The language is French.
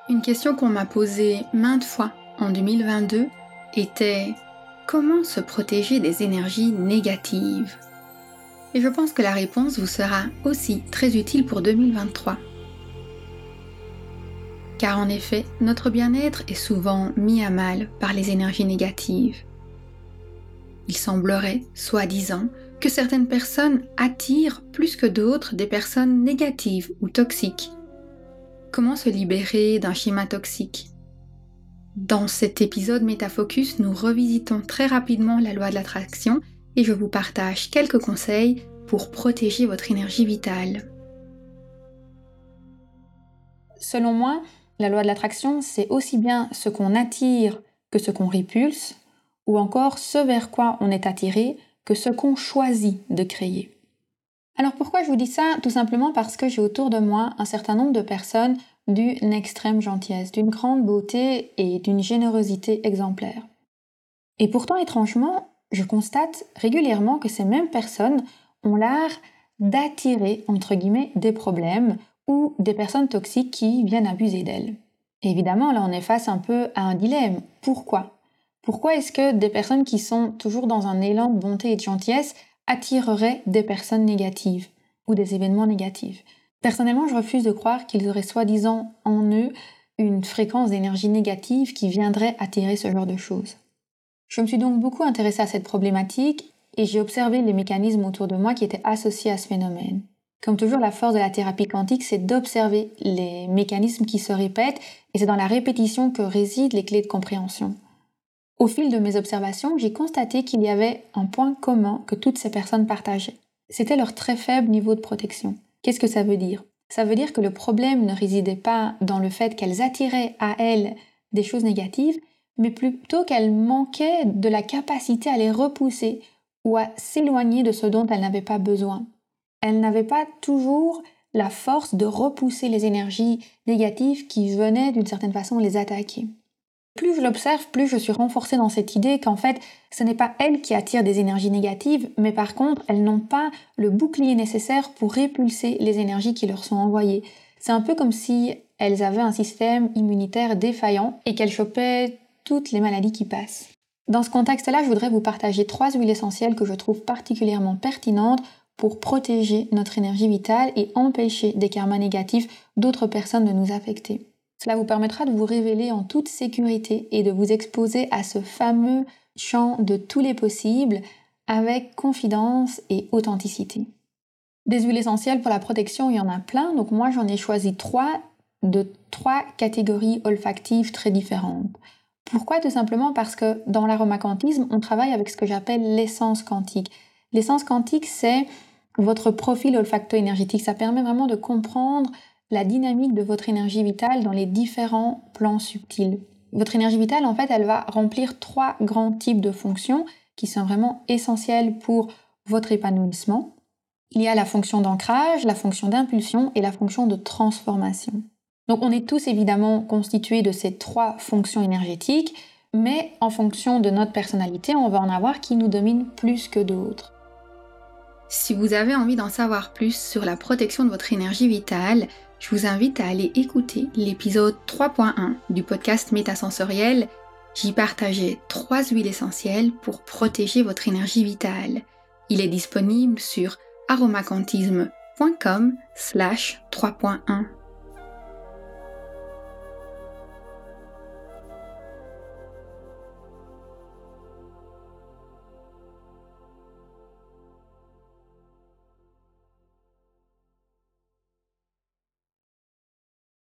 Une question qu'on m'a posée maintes fois en 2022 était « Comment se protéger des énergies négatives ?» Et je pense que la réponse vous sera aussi très utile pour 2023. Car en effet, notre bien-être est souvent mis à mal par les énergies négatives. Il semblerait, soi-disant, que certaines personnes attirent plus que d'autres des personnes négatives ou toxiques. Comment se libérer d'un schéma toxique ? Dans cet épisode Métafocus, nous revisitons très rapidement la loi de l'attraction et je vous partage quelques conseils pour protéger votre énergie vitale. Selon moi, la loi de l'attraction, c'est aussi bien ce qu'on attire que ce qu'on répulse, ou encore ce vers quoi on est attiré que ce qu'on choisit de créer. Alors pourquoi je vous dis ça ? Tout simplement parce que j'ai autour de moi un certain nombre de personnes d'une extrême gentillesse, d'une grande beauté et d'une générosité exemplaire. Et pourtant, étrangement, je constate régulièrement que ces mêmes personnes ont l'art d'attirer, entre guillemets, des problèmes ou des personnes toxiques qui viennent abuser d'elles. Et évidemment, là, on est face un peu à un dilemme. Pourquoi ? Pourquoi est-ce que des personnes qui sont toujours dans un élan de bonté et de gentillesse attireraient des personnes négatives ou des événements négatifs ? Personnellement, je refuse de croire qu'ils auraient soi-disant en eux une fréquence d'énergie négative qui viendrait attirer ce genre de choses. Je me suis donc beaucoup intéressée à cette problématique et j'ai observé les mécanismes autour de moi qui étaient associés à ce phénomène. Comme toujours, la force de la thérapie quantique, c'est d'observer les mécanismes qui se répètent et c'est dans la répétition que résident les clés de compréhension. Au fil de mes observations, j'ai constaté qu'il y avait un point commun que toutes ces personnes partageaient. C'était leur très faible niveau de protection. Qu'est-ce que ça veut dire ? Ça veut dire que le problème ne résidait pas dans le fait qu'elles attiraient à elles des choses négatives, mais plutôt qu'elles manquaient de la capacité à les repousser ou à s'éloigner de ce dont elles n'avaient pas besoin. Elles n'avaient pas toujours la force de repousser les énergies négatives qui venaient d'une certaine façon les attaquer. Plus je l'observe, plus je suis renforcée dans cette idée qu'en fait, ce n'est pas elles qui attirent des énergies négatives, mais par contre, elles n'ont pas le bouclier nécessaire pour répulser les énergies qui leur sont envoyées. C'est un peu comme si elles avaient un système immunitaire défaillant et qu'elles chopaient toutes les maladies qui passent. Dans ce contexte-là, je voudrais vous partager 3 huiles essentielles que je trouve particulièrement pertinentes pour protéger notre énergie vitale et empêcher des karmas négatifs d'autres personnes de nous affecter. Cela vous permettra de vous révéler en toute sécurité et de vous exposer à ce fameux champ de tous les possibles avec confidence et authenticité. Des huiles essentielles pour la protection, il y en a plein, donc moi j'en ai choisi 3 de 3 catégories olfactives très différentes. Pourquoi ? Tout simplement parce que dans l'aromacantisme, on travaille avec ce que j'appelle l'essence quantique. L'essence quantique, c'est votre profil olfacto-énergétique. Ça permet vraiment de comprendre la dynamique de votre énergie vitale dans les différents plans subtils. Votre énergie vitale, en fait, elle va remplir 3 grands types de fonctions qui sont vraiment essentielles pour votre épanouissement. Il y a la fonction d'ancrage, la fonction d'impulsion et la fonction de transformation. Donc on est tous évidemment constitués de ces 3 fonctions énergétiques, mais en fonction de notre personnalité, on va en avoir qui nous dominent plus que d'autres. Si vous avez envie d'en savoir plus sur la protection de votre énergie vitale, je vous invite à aller écouter l'épisode 3.1 du podcast Métasensoriel. J'y partageais 3 huiles essentielles pour protéger votre énergie vitale. Il est disponible sur aromacantisme.com/3.1.